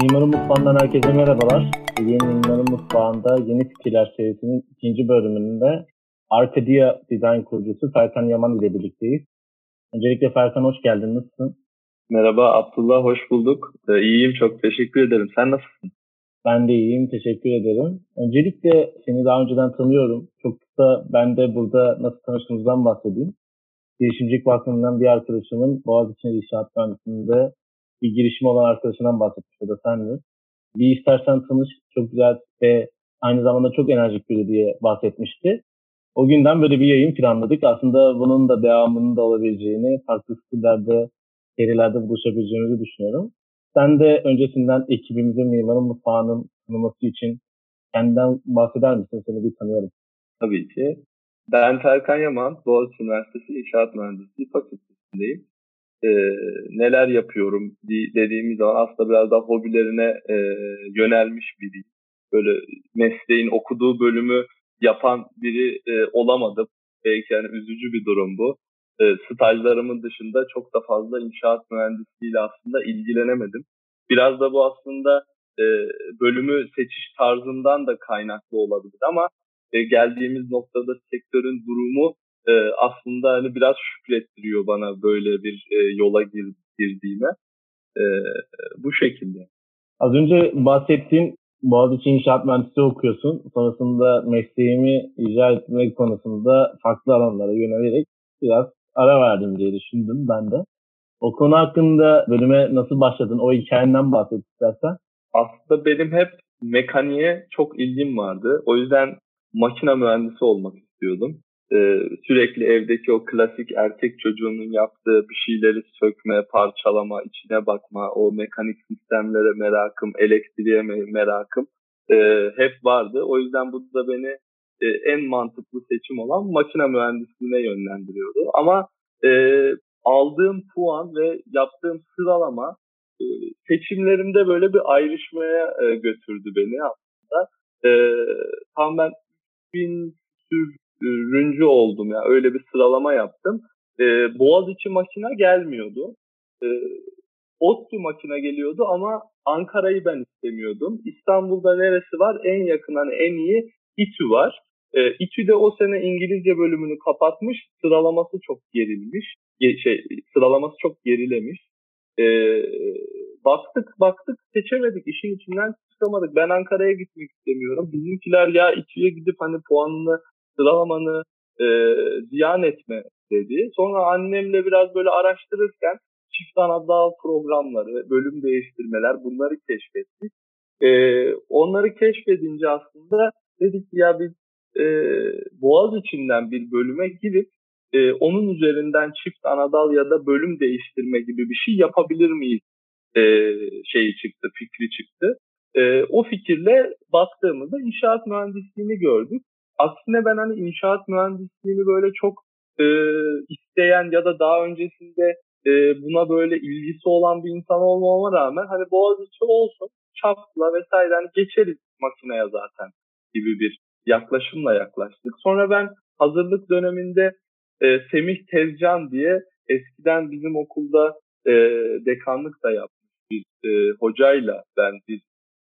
Mimarın Mutfağı'ndan herkese merhabalar. Bugün Mimarın Mutfağı'nda Yeni Fikirler serisinin ikinci bölümünde Arcadia Design kurucusu Ferkan Yaman ile birlikteyiz. Öncelikle Ferkan, hoş geldin. Nasılsın? Merhaba Abdullah, hoş bulduk. İyiyim, çok teşekkür ederim. Sen nasılsın? Ben de iyiyim, teşekkür ederim. Öncelikle seni daha önceden tanıyorum. Çok kısa ben de burada nasıl tanıştığımızdan bahsedeyim. Girişimcilik Vakfı'ndan bir arkadaşımın Boğaziçi İnşaat Mühendisliği'nde bir girişim olan arkadaşından bahsetmiş. O da sendin. Bir istersen tanış, çok güzel ve aynı zamanda çok enerjik biri diye bahsetmişti. O günden böyle bir yayın planladık. Aslında bunun da devamının da olabileceğini, farklı stillerde, serilerde buluşabileceğimizi düşünüyorum. Sen de öncesinden ekibimizin Mimarın Mutfağı'nın tanıması için kendinden bahseder misin? Seni bir tanıyalım. Tabii ki. Ben Ferkan Yaman, Boğaziçi Üniversitesi İnşaat Mühendisliği Fakültesindeyim. Ee, Neler yapıyorum dediğimiz zaman aslında biraz daha hobilerine yönelmiş biriyim. Böyle mesleğin okuduğu bölümü yapan biri olamadım. Belki yani üzücü bir durum bu. Stajlarımın dışında çok da fazla inşaat mühendisliğiyle aslında ilgilenemedim. Biraz da bu aslında e, bölümü seçiş tarzından da kaynaklı olabilir ama geldiğimiz noktada sektörün durumu aslında hani biraz şükrettiriyor bana böyle bir yola girdiğime. E, Bu şekilde. Az önce bahsettiğin Boğaziçi İnşaat Mühendisliği okuyorsun. Sonrasında mesleğimi icra etmek konusunda farklı alanlara yönelerek biraz ara verdim diye düşündüm ben de. O konu hakkında bölüme nasıl başladın? O hikayenden bahset istersen. Aslında benim hep mekaniğe çok ilgim vardı. O yüzden makine mühendisi olmak istiyordum. Sürekli evdeki o klasik erkek çocuğunun yaptığı bir şeyleri sökme, parçalama, içine bakma, o mekanik sistemlere merakım, elektriğe merakım hep vardı. O yüzden bu da beni en mantıklı seçim olan makine mühendisliğine yönlendiriyordu. Ama e, aldığım puan ve yaptığım sıralama e, seçimlerimde böyle bir ayrışmaya götürdü beni aslında. E, Tam ben 1000 sürüncü oldum ya. Öyle bir sıralama yaptım. Boğaziçi makine gelmiyordu. E, ODTÜ makine geliyordu ama Ankara'yı ben istemiyordum. İstanbul'da neresi var? En yakın hani en iyi İTÜ var. İTÜ de o sene İngilizce bölümünü kapatmış. Sıralaması çok gerilmiş. Sıralaması çok gerilemiş. Ee, baktık seçemedik, işin içinden çıkamadık. Ben Ankara'ya gitmek istemiyorum. Bizimkiler ya İTÜ'ye gidip hani puanını, sıralamanı e, ziyan etme dedi. Sonra annemle biraz böyle araştırırken çift ana dal programları, bölüm değiştirmeler bunları keşfettik. Onları keşfedince aslında dedik ya biz e, Boğaziçi'nden bir bölüme girip onun üzerinden çift anadal ya da bölüm değiştirme gibi bir şey yapabilir miyiz e, fikri çıktı. O fikirle baktığımızda inşaat mühendisliğini gördük. Aksine ben hani inşaat mühendisliğini böyle çok e, isteyen ya da daha öncesinde buna böyle ilgisi olan bir insan olmama rağmen hani Boğaziçi olsun, çapla vesaire hani geçeriz makineye zaten gibi bir yaklaşımla yaklaştık. Sonra ben hazırlık döneminde Semih Tezcan diye eskiden bizim okulda e, dekanlık da yapmış bir hocayla ben bir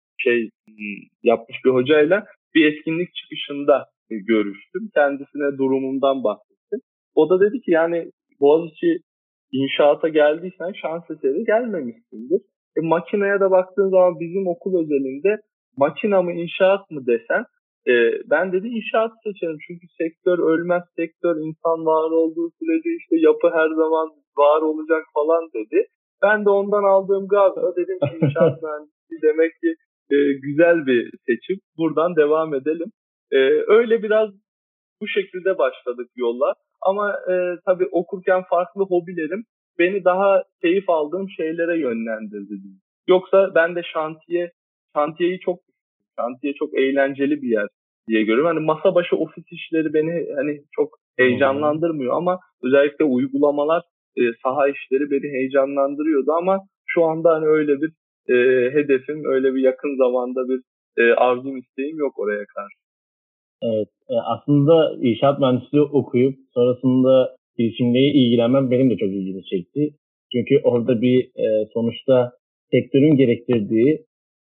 yapmış bir hocayla bir etkinlik çıkışında görüştüm. Kendisine durumumdan bahsettim. O da dedi ki yani Boğaziçi inşaata geldiysen şans eseri gelmemişsindir. Makineye de baktığın zaman bizim okul özelinde makina mı inşaat mı desen ben dedi inşaat seçerim. Çünkü sektör ölmez, sektör insan var olduğu sürece işte yapı her zaman var olacak falan dedi. Ben de ondan aldığım gazla dedim ki inşaat mühendisliği demek ki güzel bir seçim. Buradan devam edelim. Öyle biraz bu şekilde başladık yolla. Ama tabii okurken farklı hobilerim beni daha keyif aldığım şeylere yönlendirdi. Yoksa ben de şantiyeyi çok şantiye çok eğlenceli bir yer diye görüyorum. Hani masa başı ofis işleri beni hani çok heyecanlandırmıyor ama özellikle uygulamalar, saha işleri beni heyecanlandırıyordu ama şu anda hani öyle bir hedefim, öyle bir yakın zamanda bir arzum isteğim yok oraya karşı. Evet, aslında inşaat mühendisliği okuyup sonrasında girişimle ilgilenmem benim de çok ilgimi çekti. Çünkü orada bir sonuçta sektörün gerektirdiği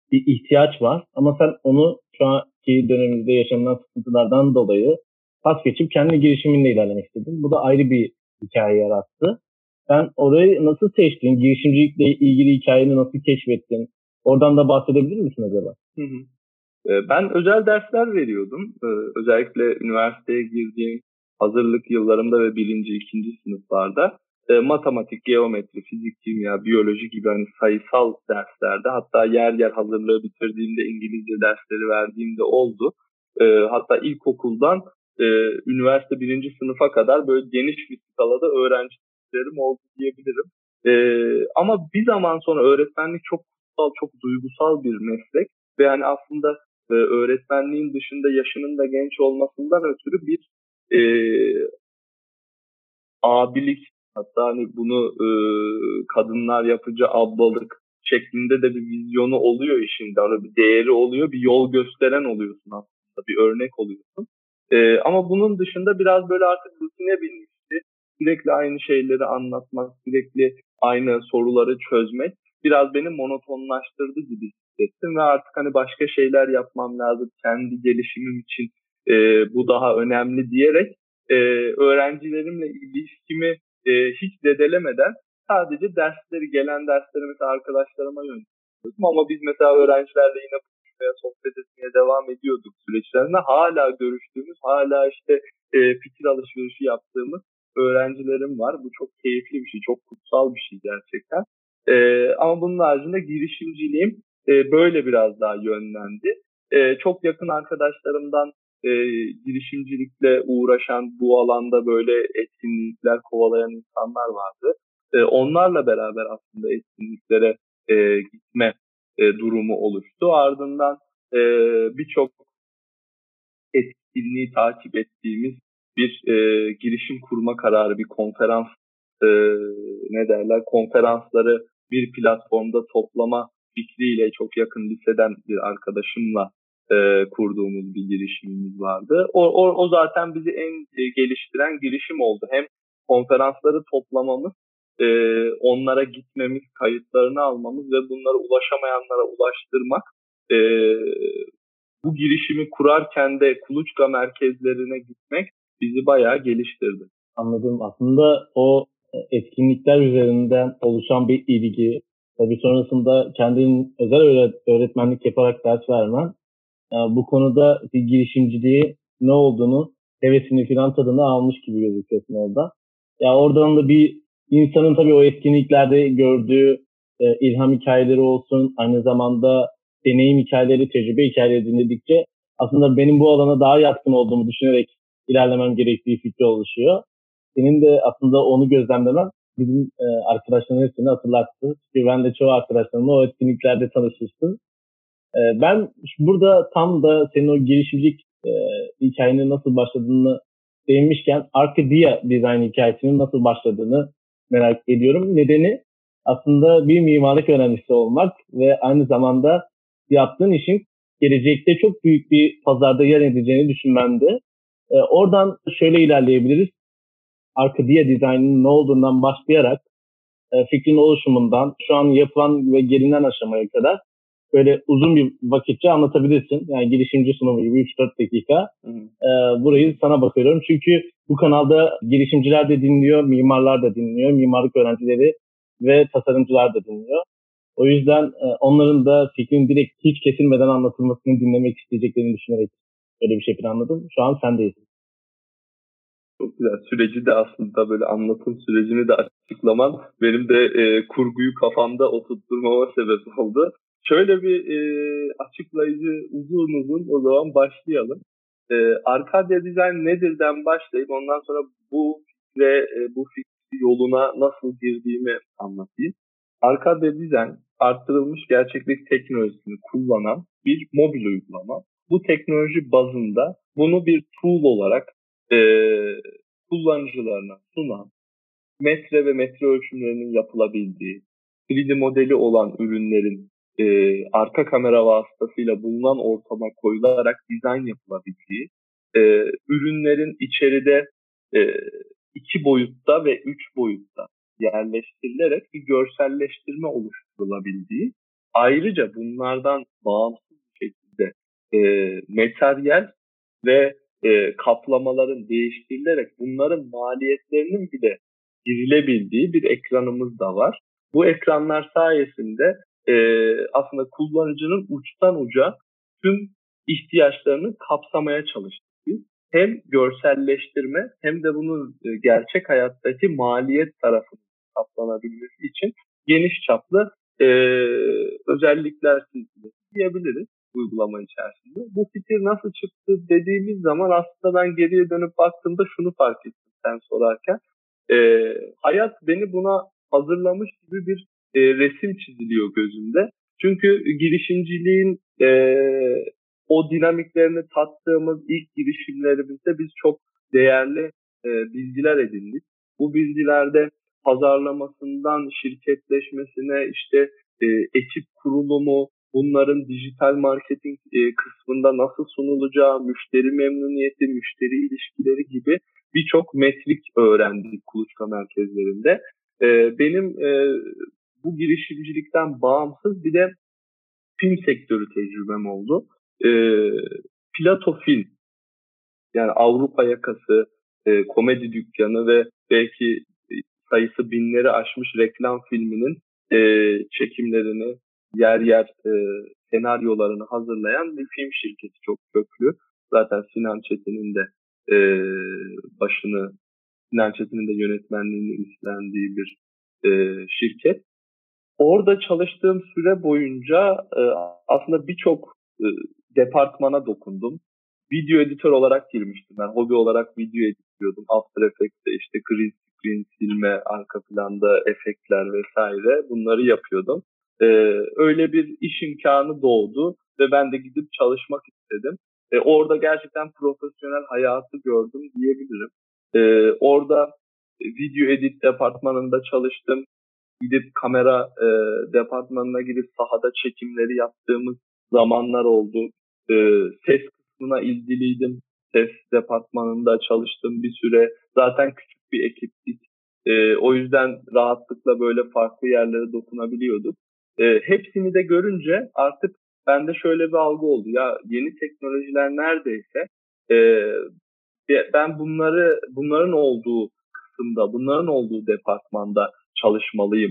bir ihtiyaç var. Ama sen onu şu anki dönemimizde yaşanan sıkıntılardan dolayı pas geçip kendi girişiminle ilerlemek istedin. Bu da ayrı bir hikaye yarattı. Sen orayı nasıl seçtin? Girişimcilikle ilgili hikayeni nasıl keşfettin? Oradan da bahsedebilir misin acaba? Hı hı. Ben özel dersler veriyordum. Özellikle üniversiteye girdiğim hazırlık yıllarımda ve birinci, ikinci sınıflarda matematik, geometri, fizik, kimya, biyoloji gibi hani sayısal derslerde, hatta yer yer hazırlığı bitirdiğimde İngilizce dersleri verdiğimde oldu. Hatta ilkokuldan e, üniversite birinci sınıfa kadar böyle geniş bir skalada öğrencilerim oldu diyebilirim. Ama bir zaman sonra öğretmenlik çok kutsal, çok duygusal bir meslek ve hani aslında öğretmenliğin dışında yaşının da genç olmasından ötürü bir e, abilik, hatta hani bunu kadınlar yapıcı ablalık şeklinde de bir vizyonu oluyor işinde. Hani bir değeri oluyor, bir yol gösteren oluyorsun aslında, bir örnek oluyorsun. Ama bunun dışında biraz böyle artık rutine binmişti. Sürekli aynı şeyleri anlatmak, sürekli aynı soruları çözmek biraz beni monotonlaştırdı gibi hissettim ve artık hani başka şeyler yapmam lazım, kendi gelişimim için bu daha önemli diyerek e, öğrencilerimle ilişkimi hiç zedelemeden sadece gelen dersleri mesela arkadaşlarıma yöneltiyordum. Ama biz mesela öğrencilerle yine buluşmaya, sohbet etmeye devam ediyorduk süreçlerinde. Hala görüştüğümüz, hala işte fikir alışverişi yaptığımız öğrencilerim var. Bu çok keyifli bir şey, çok kutsal bir şey gerçekten. Ama bunun haricinde girişimciliğim böyle biraz daha yönlendi. Çok yakın arkadaşlarımdan girişimcilikle uğraşan, bu alanda böyle etkinlikler kovalayan insanlar vardı. Onlarla beraber aslında etkinliklere gitme durumu oluştu. Ardından e, birçok etkinliği takip ettiğimiz bir girişim kurma kararı, bir konferans, e, ne derler, konferansları bir platformda toplama fikriyle çok yakın liseden bir arkadaşımla kurduğumuz bir girişimimiz vardı. O zaten bizi en geliştiren girişim oldu. Hem konferansları toplamamız, e, onlara gitmemiz, kayıtlarını almamız ve bunları ulaşamayanlara ulaştırmak, e, bu girişimi kurarken de kuluçka merkezlerine gitmek bizi bayağı geliştirdi. Anladım. Aslında o etkinlikler üzerinden oluşan bir ilgi, tabii sonrasında kendin özel öğretmenlik yaparak ders vermen, bu konuda bir girişimciliği ne olduğunu, hevesini filan tadını almış gibi gözüküyorsun orada. Ya oradan da bir insanın tabii o etkinliklerde gördüğü ilham hikayeleri olsun, aynı zamanda deneyim hikayeleri, tecrübe hikayeleri dinledikçe aslında benim bu alana daha yatkın olduğumu düşünerek ilerlemem gerektiği fikri oluşuyor. Senin de aslında onu gözlemlemen bizim arkadaşların hepsini hatırlattı. Çünkü ben de çoğu arkadaşlarımla o etkinliklerde tanışmıştım. Ben burada tam da senin o girişimcilik hikayenin nasıl başladığını değinmişken Arcadia Design hikayesinin nasıl başladığını merak ediyorum. Nedeni aslında bir mimarlık öğrencisi olmak ve aynı zamanda yaptığın işin gelecekte çok büyük bir pazarda yer edeceğini düşünmemdi. Oradan şöyle ilerleyebiliriz. Arcadia Design'in ne olduğundan başlayarak fikrin oluşumundan şu an yapılan ve gelinen aşamaya kadar böyle uzun bir vakitçe anlatabilirsin. Yani girişimci sunumu gibi 3-4 dakika. Burayı sana bakıyorum. Çünkü bu kanalda girişimciler de dinliyor, mimarlar da dinliyor, mimarlık öğrencileri ve tasarımcılar da dinliyor. O yüzden onların da fikrin direkt hiç kesilmeden anlatılmasını dinlemek isteyeceklerini düşünerek böyle bir şey planladım. Şu an sendeyiz. Çok güzel. Süreci de aslında böyle anlatım sürecini de açıklaman benim de kurguyu kafamda oturtturmama sebep oldu. Şöyle bir açıklayıcı uzun o zaman başlayalım. Arcadia Design nedirden başlayıp ondan sonra bu fikre, bu fikri yoluna nasıl girdiğimi anlatayım. Arcadia Design arttırılmış gerçeklik teknolojisini kullanan bir mobil uygulama. Bu teknoloji bazında bunu bir tool olarak e, kullanıcılarına sunan, metre ve metre ölçümlerinin yapılabildiği, 3D modeli olan ürünlerin arka kamera vasıtasıyla bulunan ortama koyularak dizayn yapılabildiği, ürünlerin içeride e, 2 boyutta ve 3 boyutta yerleştirilerek bir görselleştirme oluşturulabildiği Ayrıca bunlardan bağımsız bir şekilde materyal ve kaplamaların değiştirilerek bunların maliyetlerinin bile girilebildiği bir ekranımız da var. Bu ekranlar sayesinde aslında kullanıcının uçtan uca tüm ihtiyaçlarını kapsamaya çalıştık biz. Hem görselleştirme hem de bunun gerçek hayattaki maliyet tarafının kaplanabilmesi için geniş çaplı e, özellikler silsilesi diyebiliriz uygulama içerisinde. Bu fikir nasıl çıktı dediğimiz zaman aslında ben geriye dönüp baktığımda şunu fark ettim sen sorarken. E, Hayat beni buna hazırlamış gibi bir resim çiziliyor gözümde. Çünkü girişimciliğin o dinamiklerini tattığımız ilk girişimlerimizde biz çok değerli bilgiler edindik. Bu bilgilerde pazarlamasından şirketleşmesine işte ekip kurulumu, bunların dijital marketing kısmında nasıl sunulacağı, müşteri memnuniyeti, müşteri ilişkileri gibi birçok metrik öğrendik kuluçka merkezlerinde. Benim bu girişimcilikten bağımsız bir de film sektörü tecrübem oldu. E, Plato Film, yani Avrupa yakası, komedi dükkanı ve belki sayısı binleri aşmış reklam filminin çekimlerini, yer yer senaryolarını hazırlayan bir film şirketi, çok köklü. Zaten Sinan Çetin'in de e, başını, Sinan Çetin'in de yönetmenliğini üstlendiği bir şirket. Orada çalıştığım süre boyunca aslında birçok departmana dokundum. Video editör olarak girmiştim. Ben hobi olarak video editliyordum. After Effects'te işte green screen, silme, arka planda efektler vesaire bunları yapıyordum. Öyle bir iş imkanı doğdu ve ben de gidip çalışmak istedim. Orada gerçekten profesyonel hayatı gördüm diyebilirim. Orada video edit departmanında çalıştım. Gidip kamera departmanına gidip sahada çekimleri yaptığımız zamanlar oldu. Ses kısmına ilgiliydim. Ses departmanında çalıştım bir süre. Zaten küçük bir ekiptik. O yüzden rahatlıkla böyle farklı yerlere dokunabiliyorduk. Hepsini de görünce artık bende şöyle bir algı oldu. Ya yeni teknolojiler neredeyse e, ben bunların olduğu kısımda, bunların olduğu departmanda çalışmalıyım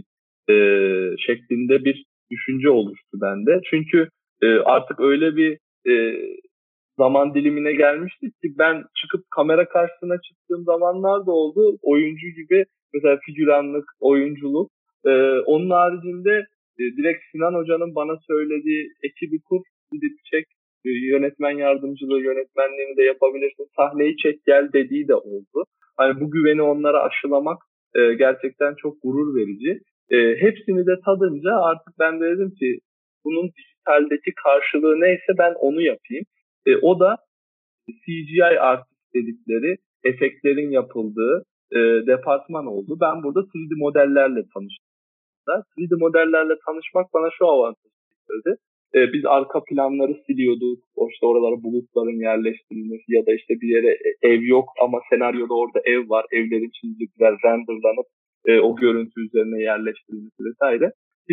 şeklinde bir düşünce oluştu bende. Çünkü artık öyle bir e, zaman dilimine gelmiştik ki ben çıkıp kamera karşısına çıktığım zamanlar da oldu. Oyuncu gibi mesela figüranlık, oyunculuk. Onun haricinde direkt Sinan Hoca'nın bana söylediği ekibi kur, gidip çek, yönetmen yardımcılığı, yönetmenliğini de yapabilirsin, sahneyi çek gel dediği de oldu. Hani bu güveni onlara aşılamak gerçekten çok gurur verici. Hepsini de tadınca artık ben de dedim ki bunun dijitaldeki karşılığı neyse ben onu yapayım. O da CGI artist dedikleri efektlerin yapıldığı departman oldu. Ben burada 3D modellerle tanıştım. 3D modellerle tanışmak bana şu avantajı getirdi. Biz arka planları siliyorduk. İşte oralara bulutların yerleştirilmesi ya da işte bir yere ev yok ama senaryoda orada ev var. Evlerin çizdikler renderlanıp o görüntü üzerine yerleştirilmesi vesaire.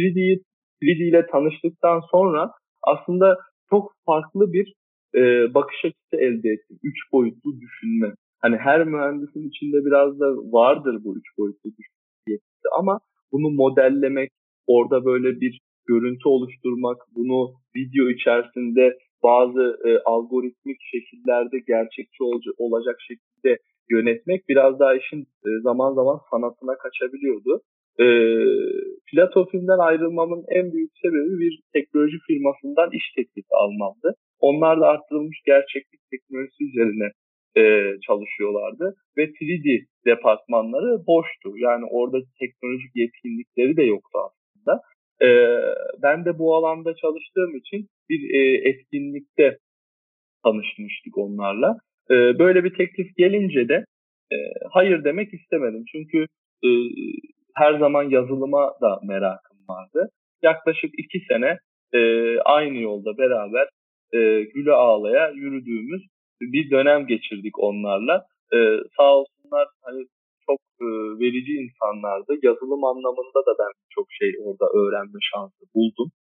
3D ile tanıştıktan sonra aslında çok farklı bir bakış açısı elde ettim. Üç boyutlu düşünme. Hani her mühendisin içinde biraz da vardır bu üç boyutlu düşünme ama bunu modellemek, orada böyle bir görüntü oluşturmak, bunu video içerisinde bazı algoritmik şekillerde gerçekçi olacak şekilde yönetmek biraz daha işin zaman zaman sanatına kaçabiliyordu. E, Plato Film'den ayrılmamın en büyük sebebi bir teknoloji firmasından iş teklifi almamdı. Onlar da arttırılmış gerçeklik teknolojisi üzerine çalışıyorlardı ve 3D departmanları boştu. Yani orada teknolojik yetkinlikleri de yoktu aslında. E, Ben de bu alanda çalıştığım için bir etkinlikte tanışmıştık onlarla. Böyle bir teklif gelince de hayır demek istemedim. Çünkü e, her zaman yazılıma da merakım vardı. Yaklaşık 2 sene aynı yolda beraber güle ağlaya yürüdüğümüz bir dönem geçirdik onlarla. Sağ olsunlar hani çok verici insanlardı. Yazılım anlamında da ben çok şey orada öğrenme şansı buldum.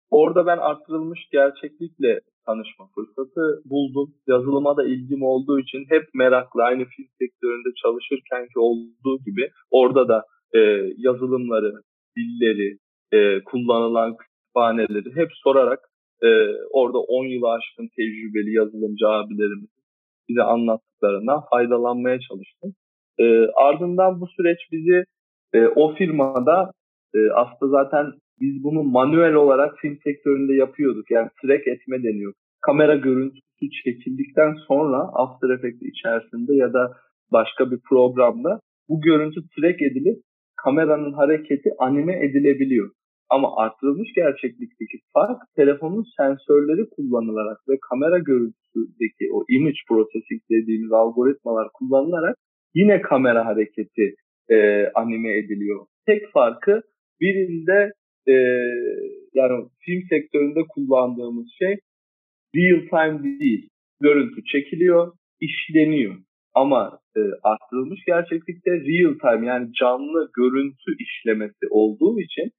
Orada ben artırılmış gerçeklikle tanışma fırsatı buldum. Yazılıma da ilgim olduğu için hep meraklı. Aynı film sektöründe çalışırken ki olduğu gibi orada da yazılımları, dilleri, kullanılan kütüphaneleri hep sorarak orada 10 yılı aşkın tecrübeli yazılımcı abilerimiz bize anlattıklarından faydalanmaya çalıştım. Ardından bu süreç bizi o firmada aslında zaten biz bunu manuel olarak film sektöründe yapıyorduk. Yani track etme deniyor. Kamera görüntüsü çekildikten sonra After Effects içerisinde ya da başka bir programda bu görüntü track edilip kameranın hareketi anime edilebiliyor. Ama artırılmış gerçeklikteki fark telefonun sensörleri kullanılarak ve kamera görüntüsündeki o image processing dediğimiz algoritmalar kullanılarak yine kamera hareketi anime ediliyor. Tek farkı birinde e, yani film sektöründe kullandığımız şey real time değil. Görüntü çekiliyor, işleniyor. Ama arttırılmış gerçeklikte real time yani canlı görüntü işlemesi olduğu için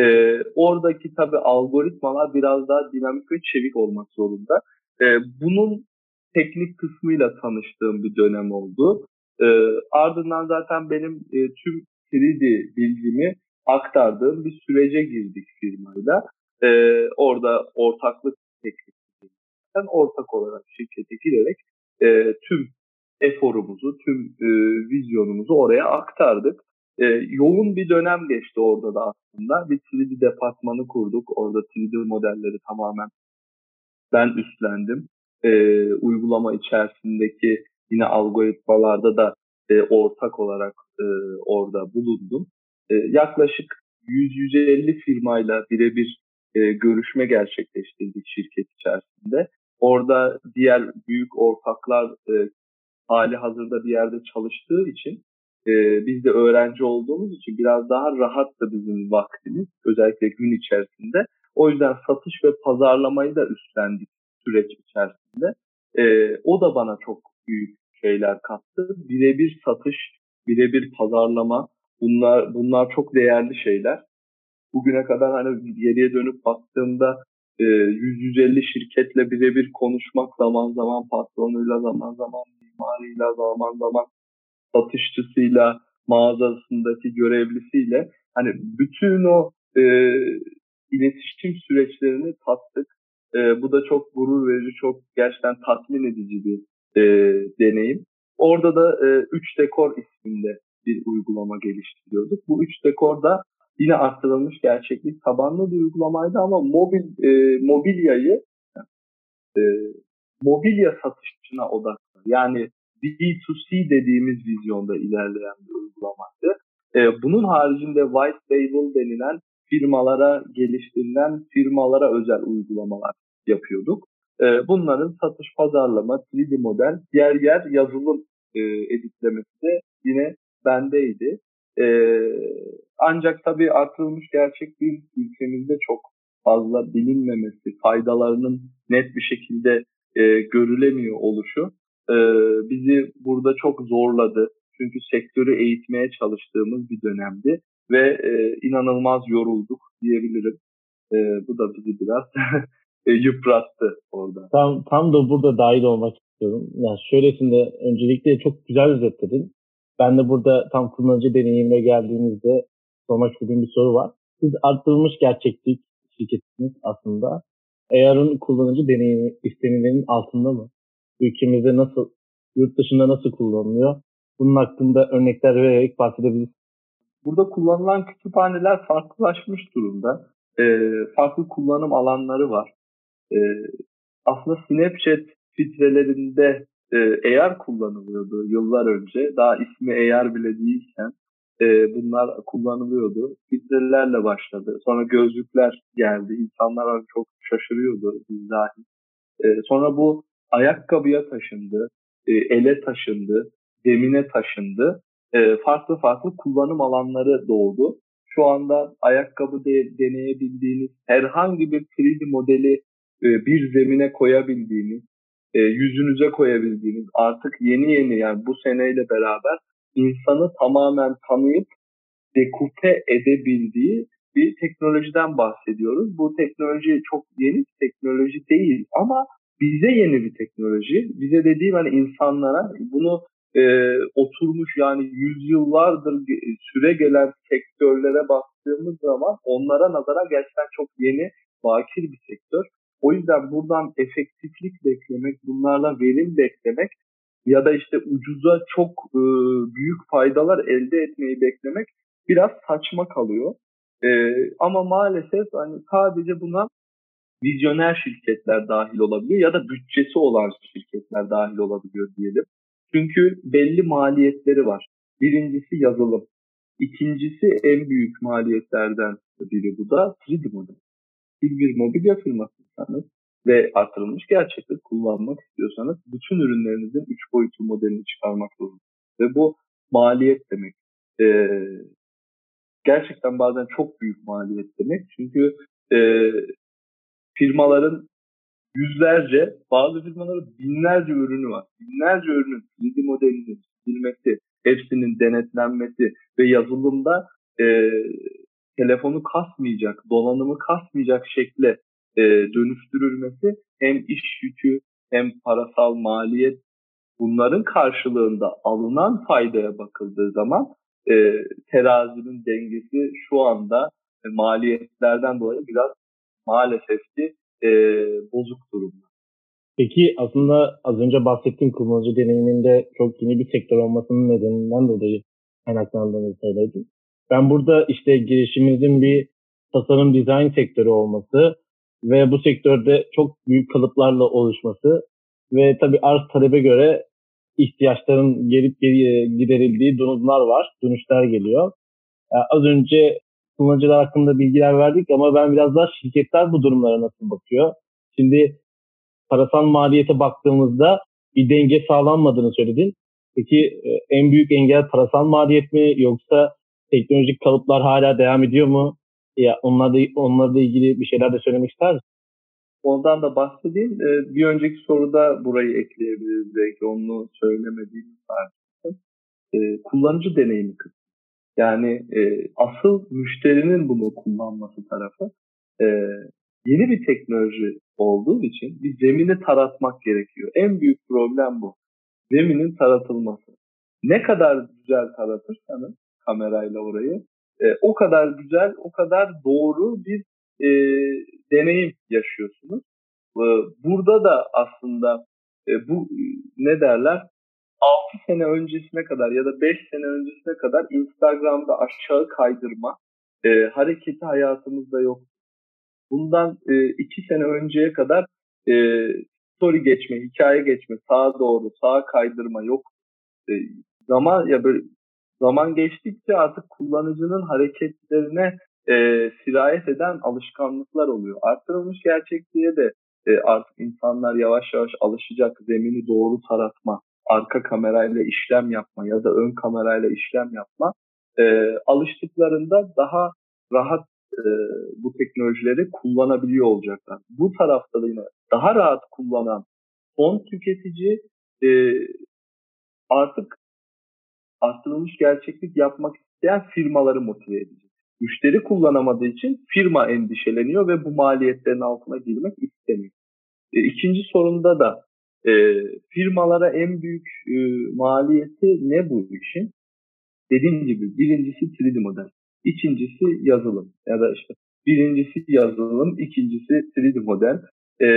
oradaki tabii algoritmalar biraz daha dinamik ve çevik olmak zorunda. Bunun teknik kısmıyla tanıştığım bir dönem oldu. E, Ardından zaten benim tüm 3D bilgimi aktardığım bir sürece girdik firmayla. Orada ortaklık teklifinden ortak olarak şirkete girerek tüm eforumuzu, tüm vizyonumuzu oraya aktardık. Yoğun bir dönem geçti orada da aslında. Bir 3D departmanı kurduk. Orada 3D modelleri tamamen ben üstlendim. Uygulama içerisindeki yine algoritmalarda da ortak olarak orada bulundum. Yaklaşık 100-150 firmayla birebir görüşme gerçekleştirdik şirket içerisinde. Orada diğer büyük ortaklar hali hazırda bir yerde çalıştığı için biz de öğrenci olduğumuz için biraz daha rahattı bizim vaktimiz özellikle gün içerisinde. O yüzden satış ve pazarlamayı da üstlendik süreç içerisinde. O da bana çok büyük şeyler kattı. Birebir satış, birebir pazarlama bunlar çok değerli şeyler. Bugüne kadar hani geriye dönüp baktığımda 100-150 şirketle birebir konuşmak zaman zaman patronuyla zaman zaman mimarıyla zaman zaman satışçısıyla mağazasındaki görevlisiyle hani bütün o iletişim süreçlerini tattık. Bu da çok gurur verici, çok gerçekten tatmin edici bir deneyim. Orada da 3 Dekor isminde bir uygulama geliştiriyorduk. Bu 3 Dekor da yine arttırılmış gerçeklik tabanlı bir uygulamaydı ama mobilyayı e, mobilya satışına odaklı. Yani B2C dediğimiz vizyonda ilerleyen bir uygulamaydı. Bunun haricinde white label denilen firmalara geliştirilen firmalara özel uygulamalar yapıyorduk. Bunların satış, pazarlama, 3D model, yer yer yazılım editlemesi de yine bendeydi. Ancak tabii artırılmış gerçekliğin ülkemizde çok fazla bilinmemesi, faydalarının net bir şekilde görülemiyor oluşu bizi burada çok zorladı. Çünkü sektörü eğitmeye çalıştığımız bir dönemdi ve inanılmaz yorulduk diyebilirim. Bu da bizi biraz yıprattı orada. Tam da burada dahil olmak istiyorum. Yani şöylesinde öncelikle çok güzel özetledin. Ben de burada tam kullanıcı deneyimine geldiğimizde sormak istediğim bir soru var. Siz arttırılmış gerçeklik şirketiniz aslında. AR'ın kullanıcı deneyimi istenilenin altında mı? Ülkemizde nasıl, yurt dışında nasıl kullanılıyor? Bunun hakkında örnekler vererek bahsedebiliriz. Burada kullanılan kütüphaneler farklılaşmış durumda. Farklı kullanım alanları var. E, Aslında Snapchat filtrelerinde AR kullanılıyordu yıllar önce. Daha ismi AR bile değilken bunlar kullanılıyordu. Filtrelerle başladı. Sonra gözlükler geldi. İnsanlar çok şaşırıyordu biz dahil. Sonra bu ayakkabıya taşındı, ele taşındı, zemine taşındı. Farklı farklı kullanım alanları doğdu. Şu anda ayakkabı deneyebildiğiniz herhangi bir 3D modeli bir zemine koyabildiğiniz, yüzünüze koyabildiğiniz artık yeni yeni yani bu seneyle beraber insanı tamamen tanıyıp dekupe edebildiği bir teknolojiden bahsediyoruz. Bu teknoloji çok yeni bir teknoloji değil ama bize yeni bir teknoloji. Bize dediğim hani insanlara bunu oturmuş yani yüzyıllardır süre gelen sektörlere baktığımız zaman onlara nazaran gerçekten çok yeni, bakir bir sektör. O yüzden buradan efektiflik beklemek, bunlardan verim beklemek ya da işte ucuza çok büyük faydalar elde etmeyi beklemek biraz saçma kalıyor. Ama maalesef hani sadece buna vizyoner şirketler dahil olabiliyor ya da bütçesi olan şirketler dahil olabiliyor diyelim. Çünkü belli maliyetleri var. Birincisi yazılım. İkincisi en büyük maliyetlerden biri bu da 3D model. Siz bir mobilya firmasıysanız ve artırılmış gerçeklik kullanmak istiyorsanız bütün ürünlerinizin 3 boyutlu modelini çıkarmak zorundasınız. Ve bu maliyet demek. Ee, Gerçekten bazen çok büyük maliyet demek. Çünkü e, firmaların yüzlerce, bazı firmaların binlerce ürünü var. Binlerce ürünün 3D modelinin çizilmesi, hepsinin denetlenmesi ve yazılımda e, telefonu kasmayacak, donanımı kasmayacak şekle dönüştürülmesi hem iş yükü hem parasal maliyet bunların karşılığında alınan faydaya bakıldığı zaman terazinin dengesi şu anda maliyetlerden dolayı biraz maalesef ki bozuk durumda. Peki aslında az önce bahsettiğim kullanıcı deneyiminde çok yeni bir sektör olmasının nedeninden dolayı kaynaklandığını söyledim. Ben burada işte girişimimizin bir tasarım dizayn sektörü olması ve bu sektörde çok büyük kalıplarla oluşması ve tabii arz talebe göre ihtiyaçların gelip giderildiği durumlar var, dönüşler geliyor. Az önce kullanıcılar hakkında bilgiler verdik ama ben biraz daha şirketler bu durumlara nasıl bakıyor? Şimdi parasal maliyete baktığımızda bir denge sağlanmadığını söyledin. Peki en büyük engel parasal maliyet mi yoksa teknolojik kalıplar hala devam ediyor mu? Ya onlarla ilgili bir şeyler de söylemek ister misin? Ondan da bahsedeyim. Bir önceki soruda burayı ekleyebiliriz belki onu söylemediğimiz var. Kullanıcı deneyimi kısmı. Yani asıl müşterinin bunu kullanması tarafı e, yeni bir teknoloji olduğu için bir zemini taratmak gerekiyor. En büyük problem bu. Zeminin taratılması. Ne kadar güzel taratırsanız kamerayla orayı o kadar güzel, o kadar doğru bir e, deneyim yaşıyorsunuz. Burada da aslında bu ne derler 6 sene öncesine kadar ya da 5 sene öncesine kadar Instagram'da aşağı kaydırma hareketi hayatımızda yok. Bundan 2 sene önceye kadar e, story geçme, hikaye geçme, sağa doğru, sağa kaydırma yok. E, böyle zaman geçtikçe artık kullanıcının hareketlerine sirayet eden alışkanlıklar oluyor. Artırılmış gerçekliğe de artık insanlar yavaş yavaş alışacak. Zemini doğru taratma, arka kamerayla işlem yapma ya da ön kamerayla işlem yapma alıştıklarında daha rahat e, bu teknolojileri kullanabiliyor olacaklar. Bu tarafta da yine daha rahat kullanan son tüketici e, artık artırılmış gerçeklik yapmak isteyen firmaları motive edecek. Müşteri kullanamadığı için firma endişeleniyor ve bu maliyetlerin altına girmek istemiyor. İkinci sorunda da firmalara en büyük maliyeti ne bu işin? Dediğim gibi birincisi 3D model, ikincisi yazılım ya da işte birincisi yazılım, ikincisi 3D model. E,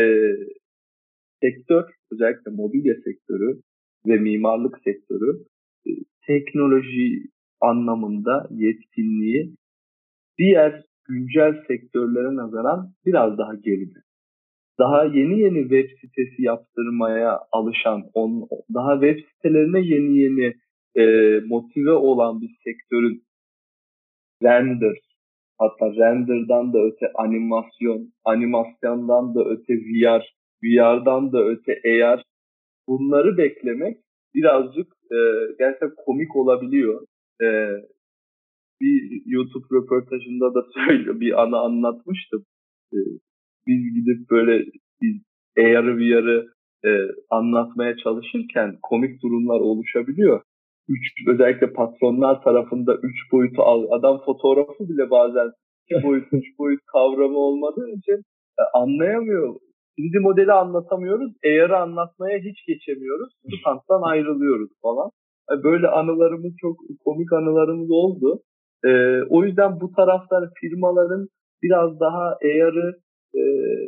Sektör, özellikle mobilya sektörü ve mimarlık sektörü teknoloji anlamında yetkinliği diğer güncel sektörlere nazaran biraz daha geride. Daha yeni web sitesi yaptırmaya alışan, daha web sitelerine yeni motive olan bir sektörün render, hatta render'dan da öte animasyon, animasyondan da öte VR, VR'dan da öte AR bunları beklemek birazcık gerçekten komik olabiliyor. E, Bir YouTube röportajında da söylüyor, bir ana anlatmıştım. E, Biz gidip böyle AR'ı VR'ı anlatmaya çalışırken komik durumlar oluşabiliyor. Özellikle patronlar tarafında 3 boyutu adam fotoğrafı bile bazen iki boyut, üç boyut kavramı olmadığı için anlayamıyor. 3D modeli anlatamıyoruz. AR'ı anlatmaya hiç geçemiyoruz. Standtan ayrılıyoruz falan. Böyle anılarımız, çok komik anılarımız oldu. O yüzden bu taraftar firmaların biraz daha AR'ı e,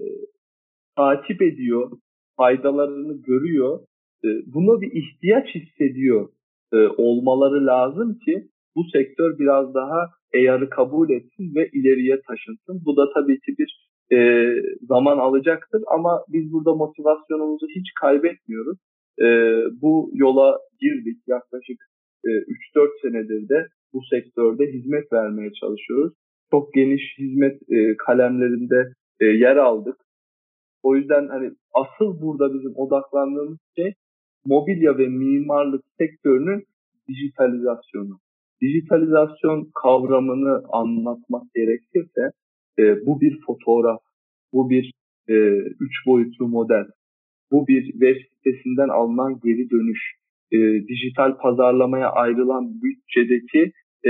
takip ediyor, faydalarını görüyor. Buna bir ihtiyaç hissediyor olmaları lazım ki bu sektör biraz daha AR'ı kabul etsin ve ileriye taşınsın. Bu da tabii ki bir zaman alacaktır ama biz burada motivasyonumuzu hiç kaybetmiyoruz. E, Bu yola girdik. Yaklaşık 3-4 senedir de bu sektörde hizmet vermeye çalışıyoruz. Çok geniş hizmet kalemlerinde yer aldık. O yüzden hani asıl burada bizim odaklandığımız şey mobilya ve mimarlık sektörünün dijitalizasyonu. Dijitalizasyon kavramını anlatmak gerekirse bu bir fotoğraf, bu bir üç boyutlu model, bu bir web sitesinden alınan geri dönüş, dijital pazarlamaya ayrılan bütçedeki e,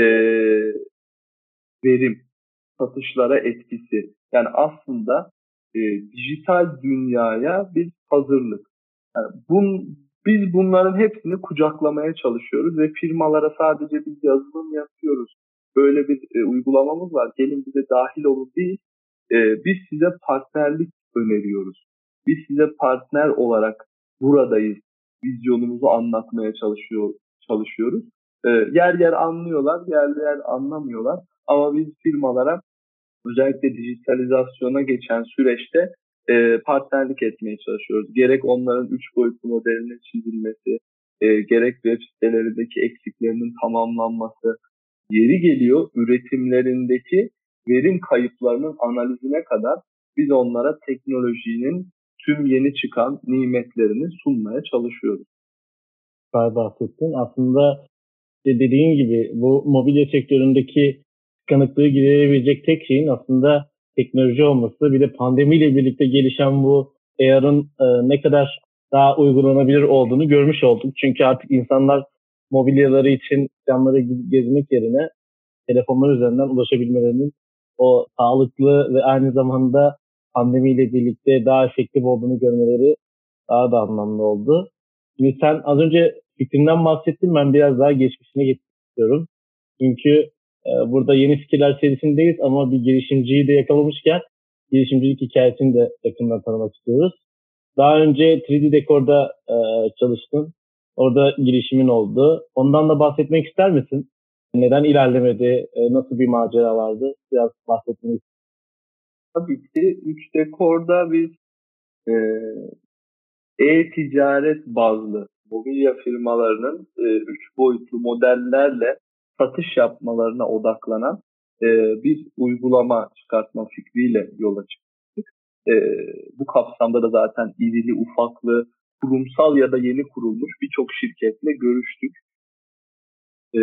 verim, satışlara etkisi. Yani aslında dijital dünyaya bir hazırlık. Yani biz bunların hepsini kucaklamaya çalışıyoruz ve firmalara sadece biz yazılım yapıyoruz. Böyle bir uygulamamız var. Gelin bize dahil olun değil. Biz size partnerlik öneriyoruz. Biz size partner olarak buradayız. Vizyonumuzu anlatmaya çalışıyoruz. Yer yer anlıyorlar, yer yer anlamıyorlar. Ama biz firmalara özellikle dijitalizasyona geçen süreçte partnerlik etmeye çalışıyoruz. Gerek onların üç boyutlu modelinin çizilmesi, gerek web sitelerindeki eksiklerinin tamamlanması, yeri geliyor üretimlerindeki verim kayıplarının analizine kadar biz onlara teknolojinin tüm yeni çıkan nimetlerini sunmaya çalışıyoruz. Bahsettin. Aslında dediğin gibi bu mobilya sektöründeki tıkanıklığı giderebilecek tek şeyin aslında teknoloji olması. Bir de pandemiyle birlikte gelişen bu AR'ın ne kadar daha uygulanabilir olduğunu görmüş olduk. Çünkü artık insanlar mobilyaları için camları gezmek yerine telefonlar üzerinden ulaşabilmelerinin o sağlıklı ve aynı zamanda pandemiyle birlikte daha efektif olduğunu görmeleri daha da anlamlı oldu. Şimdi sen az önce fikrinden bahsettin. Ben biraz daha geçmişine gitmek istiyorum. Çünkü burada yeni fikirler serisindeyiz ama bir girişimciyi de yakalamışken girişimcilik hikayesini de yakından tanımak istiyoruz. Daha önce 3D Dekor'da çalıştın. Orada girişimin oldu. Ondan da bahsetmek ister misin? Neden ilerlemedi? Nasıl bir macera vardı? Biraz bahsetmek istedim. Tabii ki 3 Dekor'da biz e, e-ticaret bazlı mobilya firmalarının üç boyutlu modellerle satış yapmalarına odaklanan e, bir uygulama çıkartma fikriyle yola çıktık. E, Bu kapsamda da zaten irili ufaklı, kurumsal ya da yeni kurulmuş birçok şirketle görüştük. E,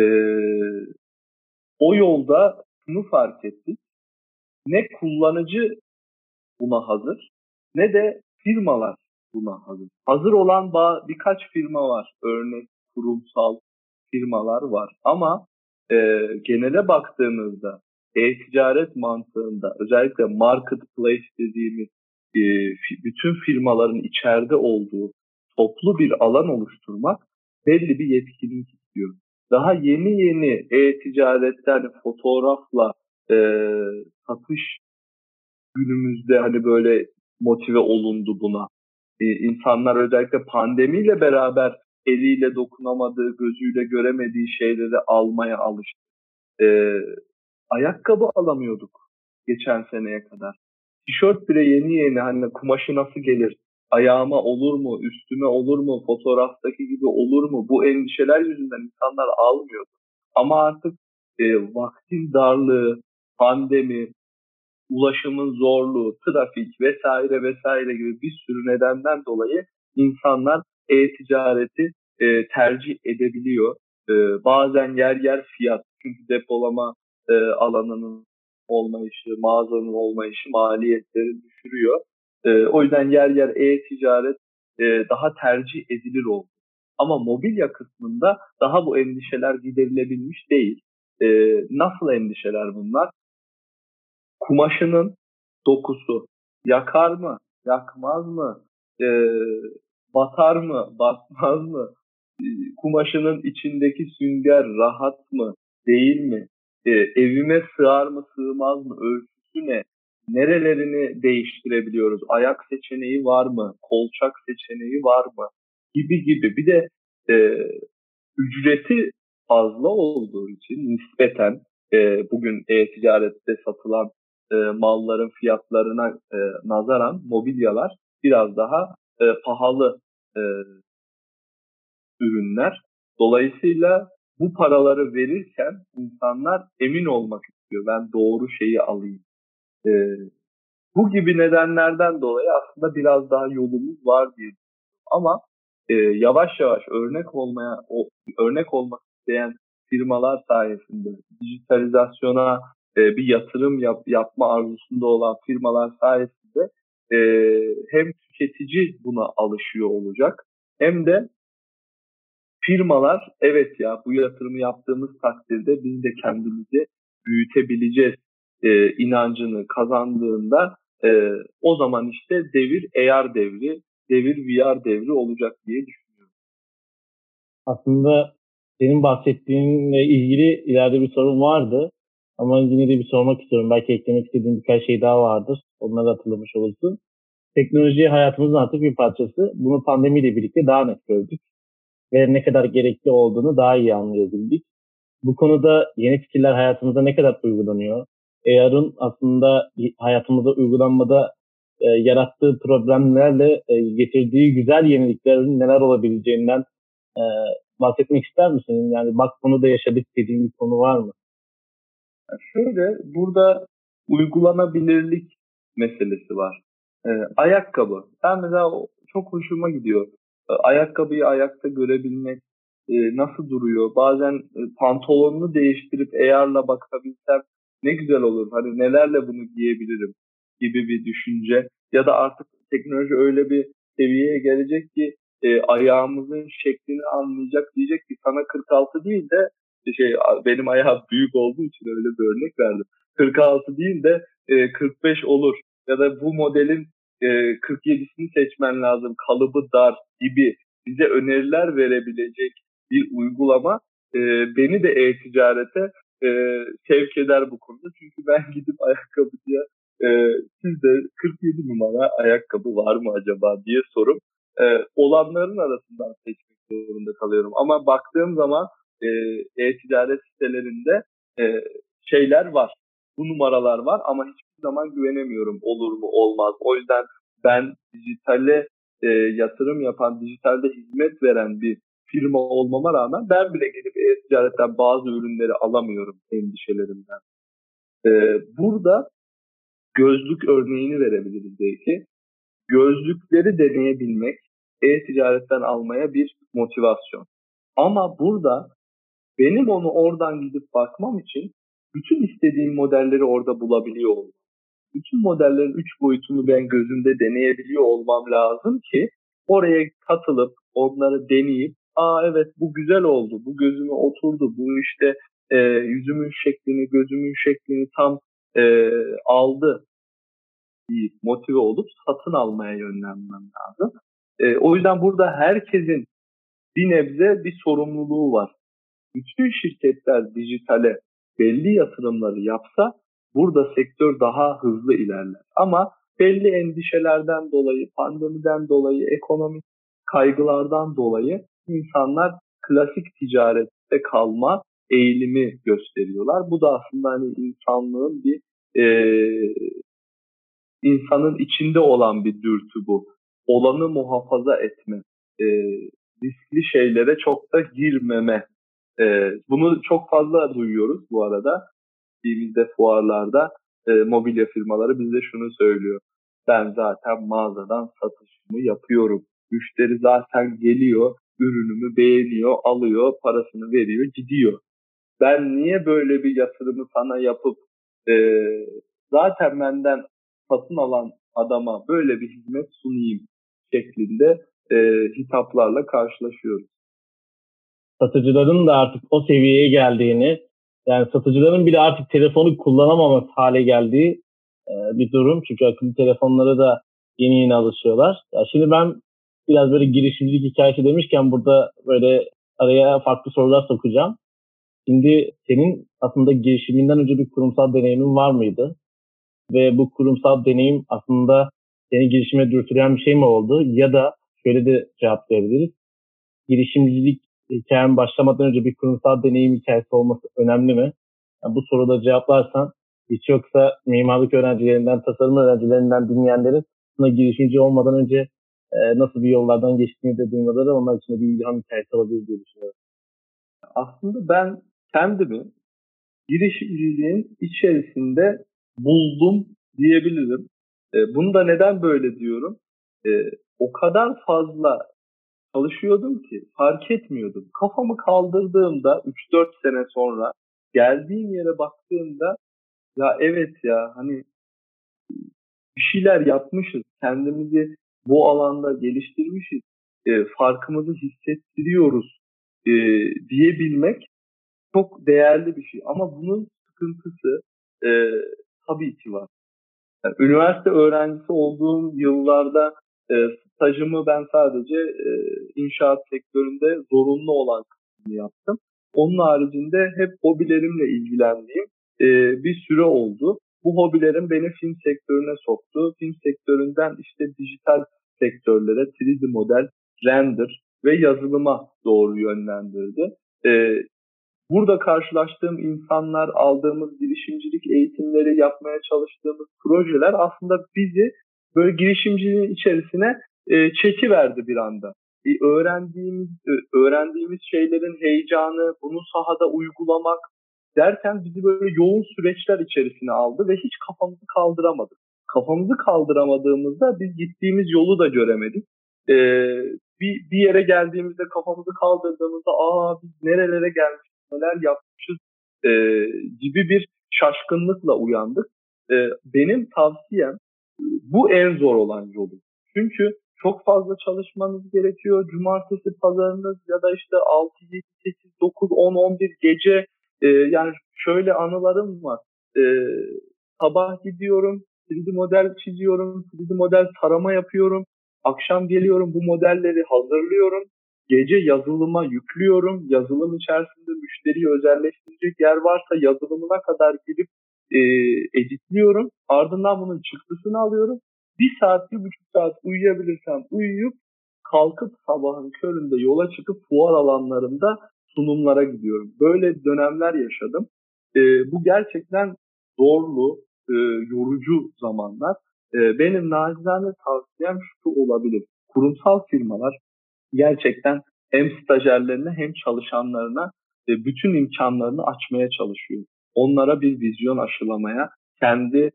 O yolda şunu fark ettik. Ne kullanıcı buna hazır ne de firmalar buna hazır. Hazır olan birkaç firma var. Örnek kurumsal firmalar var. Ama e, genele baktığımızda e-ticaret mantığında özellikle marketplace dediğimiz bütün firmaların içeride olduğu toplu bir alan oluşturmak belli bir yetkinlik istiyor. Daha yeni yeni e-ticarette hani fotoğrafla e, satış günümüzde hani böyle motive olundu buna. İnsanlar özellikle pandemiyle beraber eliyle dokunamadığı, gözüyle göremediği şeyleri almaya alıştı. Ee, Ayakkabı alamıyorduk geçen seneye kadar. Tişört bile yeni yeni hani kumaşı nasıl gelir? Ayağıma olur mu? Üstüme olur mu? Fotoğraftaki gibi olur mu? Bu endişeler yüzünden insanlar almıyordu. Ama artık vaktin darlığı, pandemi, ulaşımın zorluğu, trafik vesaire vesaire gibi bir sürü nedenden dolayı insanlar e-ticareti tercih edebiliyor. Bazen yer yer fiyat, çünkü depolama alanının olmayışı, mağazanın olmayışı maliyetleri düşürüyor. O yüzden yer yer e-ticaret daha tercih edilir oldu. Ama mobilya kısmında daha bu endişeler giderilebilmiş değil. E, Nasıl endişeler bunlar? kumaşının dokusu yakar mı, yakmaz mı, e, batar mı, batmaz mı, kumaşının içindeki sünger rahat mı, değil mi, evime sığar mı, sığmaz mı, ölçüsü ne, nerelerini değiştirebiliyoruz, ayak seçeneği var mı, kolçak seçeneği var mı, gibi gibi. Bir de e, ücreti fazla olduğu için nispeten bugün e-ticarette satılan malların fiyatlarına nazaran mobilyalar biraz daha pahalı e, ürünler. Dolayısıyla bu paraları verirken insanlar emin olmak istiyor. Ben doğru şeyi alayım. E, Bu gibi nedenlerden dolayı aslında biraz daha yolumuz var diye. Ama yavaş yavaş örnek olmak isteyen firmalar sayesinde dijitalizasyona bir yatırım yapma arzusunda olan firmalar sayesinde e, hem tüketici buna alışıyor olacak hem de firmalar evet ya bu yatırımı yaptığımız takdirde biz de kendimizi büyütebileceğiz inancını kazandığında o zaman işte devir AR devri, devir VR devri olacak diye düşünüyorum. Aslında senin bahsettiğinle ilgili ileride bir sorun vardı. Ama yine de bir sormak istiyorum. Belki eklemek istediğin birkaç şey daha vardır. Onları da hatırlamış olursun. Teknoloji hayatımızın artık bir parçası. Bunu pandemiyle birlikte daha net gördük. Ve ne kadar gerekli olduğunu daha iyi anlayabildik. Bu konuda yeni fikirler hayatımızda ne kadar uygulanıyor? AR'ın aslında hayatımızda uygulanmada yarattığı problemlerle getirdiği güzel yeniliklerin neler olabileceğinden e, bahsetmek ister misin? Yani bak bunu da yaşadık dediğin bir konu var mı? Şöyle burada uygulanabilirlik meselesi var. Ayakkabı. Ben mesela çok hoşuma gidiyor. Ayakkabıyı ayakta görebilmek nasıl duruyor? Bazen pantolonunu değiştirip AR'la bakabilsem ne güzel olur. Hani nelerle bunu giyebilirim gibi bir düşünce. Ya da artık teknoloji öyle bir seviyeye gelecek ki ayağımızın şeklini anlayacak, diyecek ki sana 46 değil de benim ayağım büyük olduğu için öyle bir örnek verdim. 46 değil de 45 olur. Ya da bu modelin 47'sini seçmen lazım. Kalıbı dar gibi bize öneriler verebilecek bir uygulama beni de e-ticarete e, sevk eder bu konuda. Çünkü ben gidip ayakkabıcıya e, sizde 47 numara ayakkabı var mı acaba diye sorup olanların arasından seçmek zorunda kalıyorum. Ama baktığım zaman e, e-ticaret sitelerinde şeyler var. Bu numaralar var ama hiçbir zaman güvenemiyorum. Olur mu olmaz. O yüzden ben dijitale yatırım yapan, dijitalde hizmet veren bir firma olmama rağmen ben bile gidip e-ticaretten bazı ürünleri alamıyorum endişelerimden. Burada gözlük örneğini verebiliriz belki. Gözlükleri deneyebilmek e-ticaretten almaya bir motivasyon. Ama burada benim onu oradan gidip bakmam için bütün istediğim modelleri orada bulabiliyor olmam. Bütün modellerin 3 boyutunu ben gözümde deneyebiliyor olmam lazım ki oraya katılıp onları deneyip evet bu güzel oldu, bu gözüme oturdu, bu işte yüzümün şeklini, gözümün şeklini tam aldı deyip motive olup satın almaya yönlenmem lazım. O yüzden burada herkesin bir nebze bir sorumluluğu var. Bütün şirketler dijitale belli yatırımları yapsa burada sektör daha hızlı ilerler. Ama belli endişelerden dolayı, pandemiden dolayı, ekonomik kaygılardan dolayı insanlar klasik ticarette kalma eğilimi gösteriyorlar. Bu da aslında hani insanlığın bir e, insanın içinde olan bir dürtü bu. Olanı muhafaza etme, e, riskli şeylere çok da girmeme. Bunu çok fazla duyuyoruz bu arada. Gittiğimizde fuarlarda mobilya firmaları bize şunu söylüyor. Ben zaten mağazadan satışımı yapıyorum. Müşteri zaten geliyor, ürünümü beğeniyor, alıyor, parasını veriyor, gidiyor. Ben niye böyle bir yatırımı sana yapıp e, zaten benden satın alan adama böyle bir hizmet sunayım şeklinde e, hitaplarla karşılaşıyoruz. Satıcıların da artık o seviyeye geldiğini, yani satıcıların bile artık telefonu kullanamaması hale geldiği bir durum. Çünkü akıllı telefonlara da yeni alışıyorlar. Ya şimdi ben biraz böyle girişimcilik hikayesi demişken burada böyle araya farklı sorular sokacağım. Şimdi senin aslında girişiminden önce bir kurumsal deneyimin var mıydı? Ve bu kurumsal deneyim aslında seni girişime dürtülen bir şey mi oldu? Ya da şöyle de cevaplayabiliriz. Girişimcilik hikayen başlamadan önce bir kurumsal deneyim hikayesi olması önemli mi? Yani bu soruda cevaplarsan hiç yoksa mimarlık öğrencilerinden, tasarım öğrencilerinden dinleyenlerin buna girişimci olmadan önce nasıl bir yollardan geçtiğini de duymaları onlar için de bir ilham hikayesi olabilir diye düşünüyorum. Aslında ben kendimi girişimciliğin içerisinde buldum diyebilirim. Bunu da neden böyle diyorum? E, O kadar fazla çalışıyordum ki fark etmiyordum. Kafamı kaldırdığımda 3-4 sene sonra geldiğim yere baktığımda ya evet ya hani bir şeyler yapmışız. Kendimizi bu alanda geliştirmişiz. Farkımızı hissettiriyoruz e, diyebilmek çok değerli bir şey. Ama bunun sıkıntısı e, tabii ki var. Yani üniversite öğrencisi olduğum yıllarda e, stajımı ben sadece inşaat sektöründe zorunlu olan kısmını yaptım. Onun haricinde hep hobilerimle ilgilendiğim bir süre oldu. Bu hobilerim beni film sektörüne soktu. Film sektöründen işte dijital sektörlere 3D model, render ve yazılıma doğru yönlendirdi. E, Burada karşılaştığım insanlar, aldığımız girişimcilik eğitimleri, yapmaya çalıştığımız projeler aslında bizi böyle girişimciliğin içerisine çekiverdi bir anda. Öğrendiğimiz şeylerin heyecanı, bunu sahada uygulamak derken bizi böyle yoğun süreçler içerisine aldı ve hiç kafamızı kaldıramadık. Kafamızı kaldıramadığımızda biz gittiğimiz yolu da göremedik. E, bir yere geldiğimizde kafamızı kaldırdığımızda biz nerelere gelmişiz, neler yapmışız e, gibi bir şaşkınlıkla uyandık. Benim tavsiyem bu en zor olan yolu. Çünkü çok fazla çalışmanız gerekiyor. Cumartesi, pazarınız ya da işte 6, 7, 8, 9, 10, 11 gece yani şöyle anılarım var. E, Sabah gidiyorum, 3D model çiziyorum, 3D model tarama yapıyorum. Akşam geliyorum bu modelleri hazırlıyorum. Gece yazılıma yüklüyorum. Yazılım içerisinde müşteriyi özelleştirecek yer varsa yazılımına kadar girip editliyorum. Ardından bunun çıktısını alıyorum. 1 saat, 1,5 saat uyuyabilirsem uyuyup kalkıp sabahın köründe yola çıkıp fuar alanlarında sunumlara gidiyorum. Böyle dönemler yaşadım. Bu gerçekten zorlu, yorucu zamanlar. Benim nacizane tavsiyem şu olabilir. Kurumsal firmalar gerçekten hem stajyerlerine hem çalışanlarına bütün imkanlarını açmaya çalışıyor. Onlara bir vizyon aşılamaya, kendi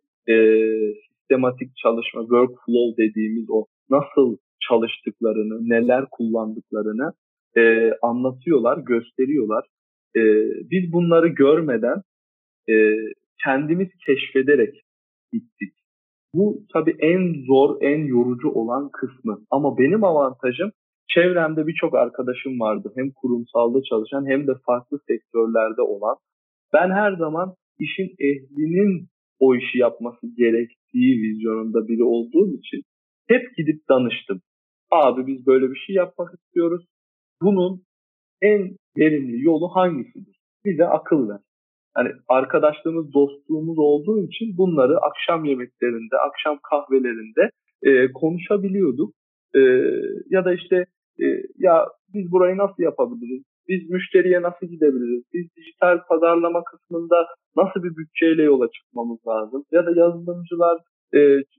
sistematik çalışma, workflow dediğimiz o nasıl çalıştıklarını, neler kullandıklarını anlatıyorlar, gösteriyorlar. E, Biz bunları görmeden e, kendimiz keşfederek gittik. Bu tabii en zor, en yorucu olan kısmı. Ama benim avantajım çevremde birçok arkadaşım vardı. Hem kurumsalda çalışan hem de farklı sektörlerde olan. Ben her zaman işin ehlinin o işi yapması gerektiği vizyonunda biri olduğum için hep gidip danıştım. Abi biz böyle bir şey yapmak istiyoruz. Bunun en verimli yolu hangisidir? Bize akıl ver. Hani arkadaşlığımız, dostluğumuz olduğu için bunları akşam yemeklerinde, akşam kahvelerinde konuşabiliyorduk. E, Ya da işte ya biz burayı nasıl yapabiliriz? Biz müşteriye nasıl gidebiliriz? Biz dijital pazarlama kısmında nasıl bir bütçeyle yola çıkmamız lazım? Ya da yazılımcılar e,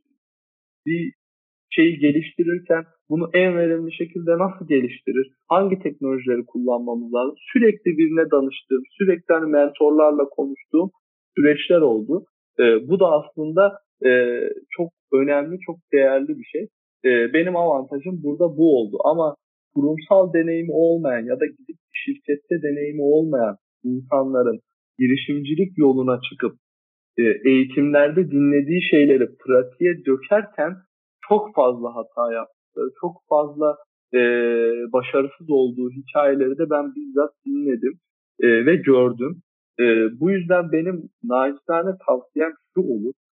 bir şeyi geliştirirken bunu en verimli şekilde nasıl geliştirir? Hangi teknolojileri kullanmamız lazım? Sürekli birine danıştığım, sürekli hani mentorlarla konuştuğum süreçler oldu. Bu da aslında çok önemli, çok değerli bir şey. Benim avantajım burada bu oldu. Ama kurumsal deneyimi olmayan ya da gidip bir şirkette deneyimi olmayan insanların girişimcilik yoluna çıkıp eğitimlerde dinlediği şeyleri pratiğe dökerken çok fazla hata yaptı. Çok fazla e, başarısız olduğu hikayeleri de ben bizzat dinledim ve gördüm. Bu yüzden benim naçizane tavsiyem şu olur.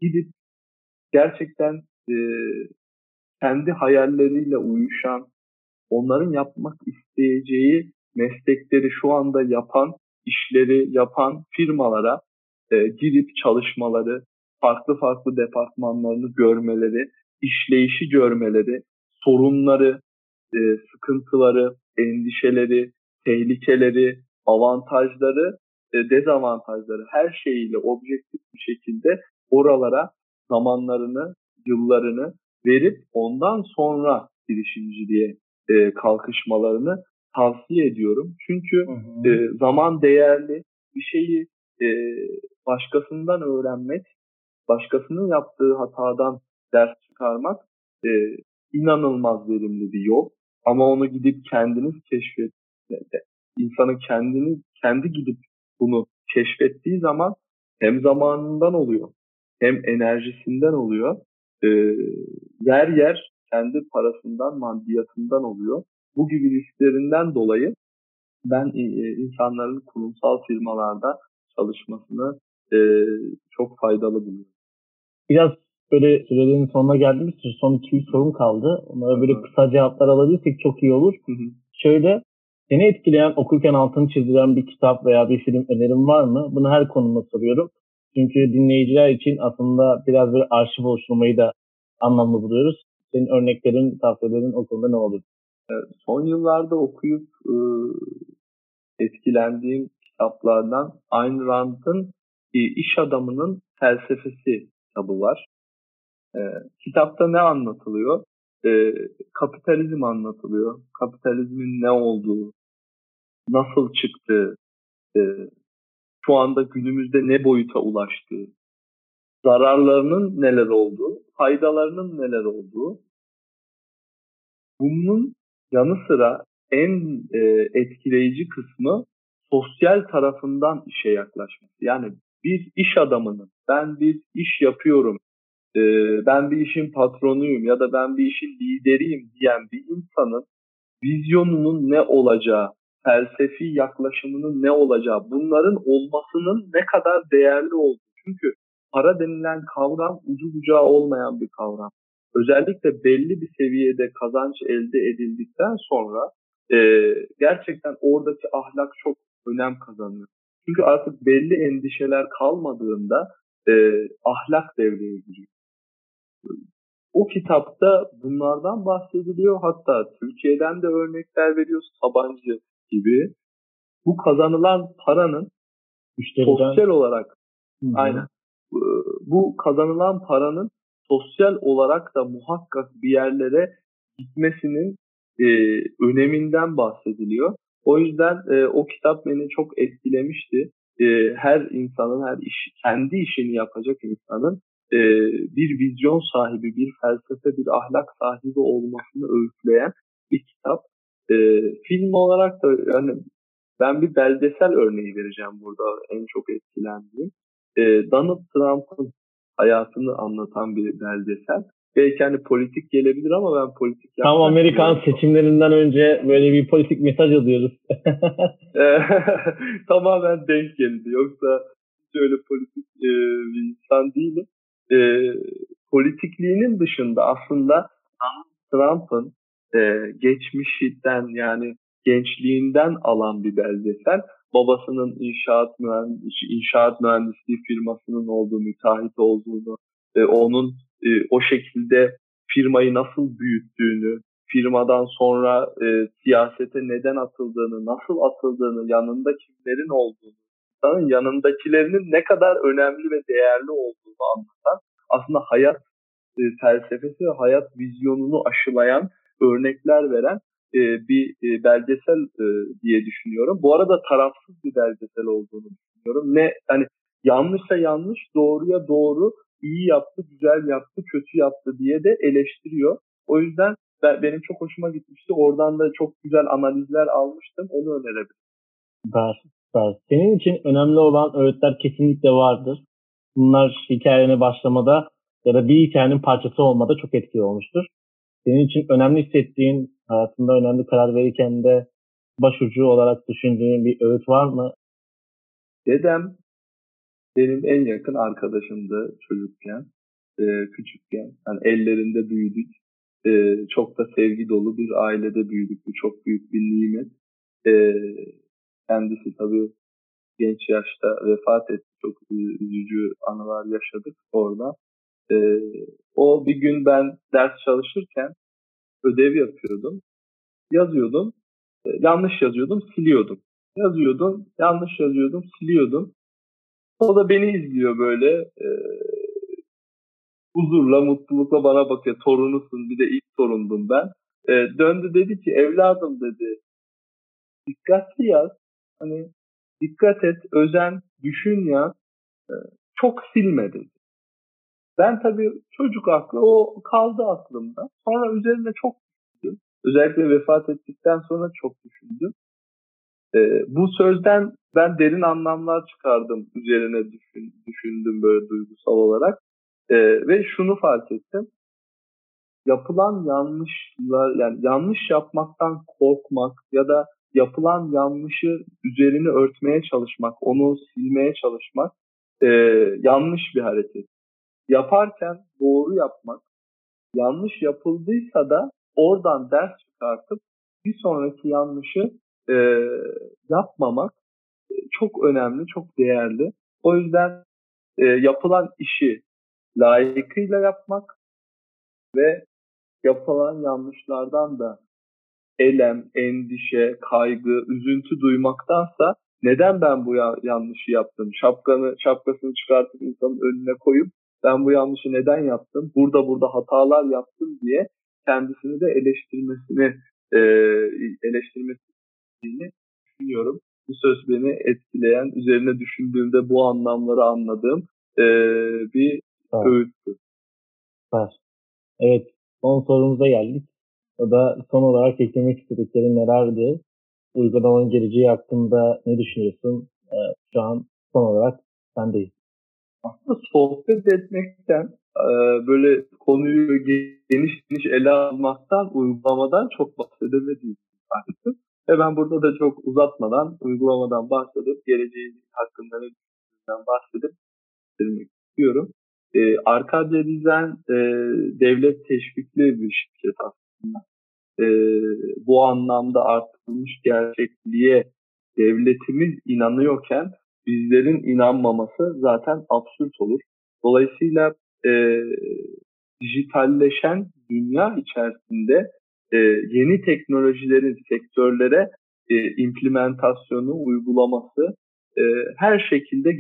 gidip gerçekten e, kendi hayalleriyle uyuşan, onların yapmak isteyeceği meslekleri şu anda yapan, işleri yapan firmalara gidip çalışmaları, farklı farklı departmanlarını görmeleri, işleyişi görmeleri, sorunları, sıkıntıları, endişeleri, tehlikeleri, avantajları, dezavantajları her şeyiyle objektif bir şekilde oralara zamanlarını, yıllarını verip ondan sonra girişimciliğe kalkışmalarını tavsiye ediyorum. Çünkü Hı hı. zaman değerli, bir şeyi e, başkasından öğrenmek, başkasının yaptığı hatadan ders çıkarmak e, inanılmaz verimli bir yol. Ama onu gidip kendiniz keşfetmede, insanın kendi gidip bunu keşfettiği zaman hem zamanından oluyor, hem enerjisinden oluyor. E, yer yer kendi parasından, maddiyatından oluyor. Bu gibi risklerinden dolayı ben insanların kurumsal firmalarda çalışmasını e, çok faydalı buluyorum. Biraz böyle sürelerin sonuna geldiğimiz için son 2-3 sorum kaldı. Hı Onlara böyle hı. kısa cevaplar alabilirsek çok iyi olur. Hı hı. Şöyle, seni etkileyen, okurken altını çizilen bir kitap veya bir film önerin var mı? Bunu her konuma soruyorum. Çünkü dinleyiciler için aslında biraz böyle arşiv oluşturmayı da anlamlı buluyoruz. Senin örneklerin, tavsiyelerin o konuda ne olur? Son yıllarda okuyup etkilendiğim kitaplardan Ayn Rand'ın İş Adamının Felsefesi kitabı var. E, kitapta ne anlatılıyor? Kapitalizm anlatılıyor. Kapitalizmin ne olduğu, nasıl çıktığı, e, şu anda günümüzde ne boyuta ulaştığı, zararlarının neler olduğu, faydalarının neler olduğu. Bunun yanı sıra en etkileyici kısmı sosyal tarafından işe yaklaşması. Yani bir iş adamının ben bir iş yapıyorum, e, ben bir işin patronuyum ya da ben bir işin lideriyim diyen bir insanın vizyonunun ne olacağı, felsefi yaklaşımının ne olacağı, bunların olmasının ne kadar değerli olduğu. Çünkü para denilen kavram ucu bucağı olmayan bir kavram. Özellikle belli bir seviyede kazanç elde edildikten sonra e, gerçekten oradaki ahlak çok önem kazanıyor. Çünkü artık belli endişeler kalmadığında e, ahlak devreye giriyor. O kitapta bunlardan bahsediliyor. Hatta Türkiye'den de örnekler veriyor. Sabancı gibi. Bu kazanılan paranın Müşteriden. sosyal olarak Hı hı. aynen bu kazanılan paranın sosyal olarak da muhakkak bir yerlere gitmesinin e, öneminden bahsediliyor. O yüzden o kitap beni çok etkilemişti. Her insanın, kendi işini yapacak insanın e, bir vizyon sahibi, bir felsefe, bir ahlak sahibi olmasını öğütleyen bir kitap. E, film olarak da yani ben bir belgesel örneği vereceğim burada en çok etkilendiğim. Donald Trump'ın hayatını anlatan bir belgesel. Belki hani politik gelebilir ama ben politik Tam Amerikan yaklaşmıyorum çok. seçimlerinden önce böyle bir politik mesaj alıyoruz. Tamamen denk geldi. Yoksa hiç öyle politik bir insan değilim. E, politikliğinin dışında aslında Trump'ın geçmişinden yani gençliğinden alan bir belgesel. Babasının inşaat mühendisliği firmasının olduğu, müteahhit olduğunu, onun o şekilde firmayı nasıl büyüttüğünü, firmadan sonra siyasete neden atıldığını, nasıl atıldığını, yanında kimlerin olduğunu, insanın yanındakilerinin ne kadar önemli ve değerli olduğunu anlatan aslında hayat felsefesi ve hayat vizyonunu aşılayan örnekler veren bir belgesel diye düşünüyorum. Bu arada tarafsız bir belgesel olduğunu düşünüyorum. Ne hani yanlışsa yanlış, doğruya doğru, iyi yaptı, güzel yaptı, kötü yaptı diye de eleştiriyor. O yüzden benim çok hoşuma gitmişti. Oradan da çok güzel analizler almıştım. Onu önerebilirim. Var, var. Senin için önemli olan öğütler kesinlikle vardır. Bunlar hikayene başlamada ya da bir hikayenin parçası olmada çok etkili olmuştur. Senin için önemli hissettiğin, hayatında önemli karar verirken de başucu olarak düşündüğün bir öğüt var mı? Dedem benim en yakın arkadaşımdı çocukken, küçükken. Yani ellerinde büyüdük. Çok da sevgi dolu bir ailede büyüdük. Bu çok büyük bir nimet. E, Kendisi tabii genç yaşta vefat etti. Çok üzücü anılar yaşadık orada. E, O bir gün ben ders çalışırken ödev yapıyordum. Yazıyordum. Yanlış yazıyordum, siliyordum. Yazıyordum, yanlış yazıyordum, siliyordum. O da beni izliyor böyle. Huzurla, mutlulukla bana bakıyor. Torunusun, bir de ilk torundum ben. Döndü dedi ki, evladım dedi, dikkatli yaz. Hani dikkat et, özen, düşün yaz. E, Çok silme dedi. Ben tabii çocuk aklı o kaldı aklımda. Sonra üzerine çok düşündüm. Özellikle vefat ettikten sonra çok düşündüm. Bu sözden ben derin anlamlar çıkardım. Üzerine düşündüm böyle duygusal olarak. Ve şunu fark ettim. Yapılan yanlışlar, yani yanlış yapmaktan korkmak ya da yapılan yanlışı üzerini örtmeye çalışmak, onu silmeye çalışmak yanlış bir hareket. Yaparken doğru yapmak, yanlış yapıldıysa da oradan ders çıkartıp bir sonraki yanlışı e, yapmamak çok önemli, çok değerli. O yüzden yapılan işi layıkıyla yapmak ve yapılan yanlışlardan da elem, endişe, kaygı, üzüntü duymaktansa neden ben bu yanlışı yaptım? Şapkasını çıkartıp insanın önüne koyup ben bu yanlışı neden yaptım? Burada hatalar yaptım diye kendisini de eleştirmesini düşünüyorum. Bu söz beni etkileyen, üzerine düşündüğümde bu anlamları anladığım bir öğüttü. Evet, son sorumuza geldik. O da son olarak eklemek istediklerin nelerdi? Uygulamanın geleceği hakkında ne düşünüyorsun? Şu an son olarak sendeyiz. Aslında sohbet etmekten, böyle konuyu geniş geniş ele almaktan, uygulamadan çok bahsedemediğim artık. Ve ben burada da çok uzatmadan uygulamadan bahsedip geleceği hakkında ne düşündüğümden bahsedip bitirmek istiyorum. Arcadia Design devlet teşvikli bir şirket aslında. Bu anlamda artırılmış gerçekliğe devletimiz inanıyorken bizlerin inanmaması zaten absürt olur. Dolayısıyla dijitalleşen dünya içerisinde yeni teknolojilerin sektörlere implementasyonu, uygulaması her şekilde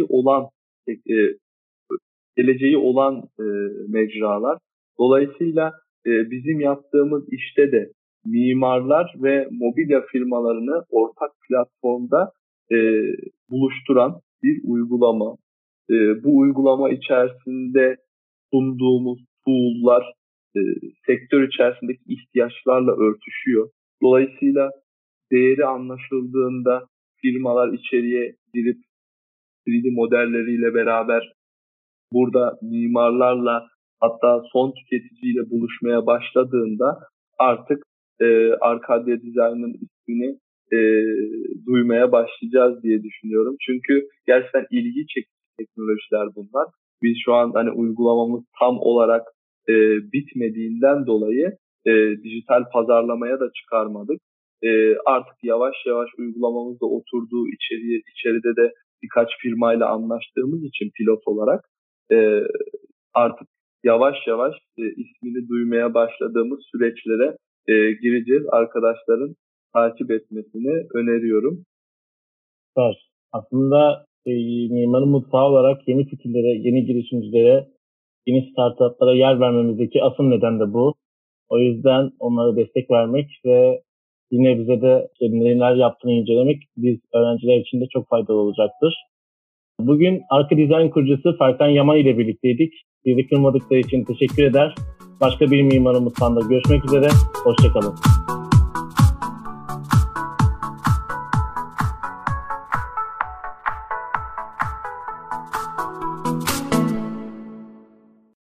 geleceği olan mecralar. Dolayısıyla bizim yaptığımız işte de mimarlar ve mobilya firmalarını ortak platformda buluşturan bir uygulama. Bu uygulama içerisinde sunduğumuz tool'lar sektör içerisindeki ihtiyaçlarla örtüşüyor. Dolayısıyla değeri anlaşıldığında firmalar içeriye girip 3D modelleriyle beraber burada mimarlarla, hatta son tüketiciyle buluşmaya başladığında artık Arcadia Design'ın ismini duymaya başlayacağız diye düşünüyorum. Çünkü gerçekten ilgi çekici teknolojiler bunlar. Biz şu an hani uygulamamız tam olarak bitmediğinden dolayı dijital pazarlamaya da çıkarmadık. Artık yavaş yavaş uygulamamız da oturduğu içeride de birkaç firmayla anlaştığımız için pilot olarak artık yavaş yavaş ismini duymaya başladığımız süreçlere gireceğiz. Arkadaşların takip etmesini öneriyorum. Süper. Aslında mimarın mutfağı olarak yeni fikirlere, yeni girişimcilere, yeni startuplara yer vermemizdeki asıl neden de bu. O yüzden onlara destek vermek ve yine bize de neler yaptığını incelemek biz öğrenciler için de çok faydalı olacaktır. Bugün Arka Design kurucusu Ferkan Yaman ile birlikteydik. Bizi kırmadıkları için teşekkür eder. Başka bir mimarın mutfağında görüşmek üzere. Hoşçakalın.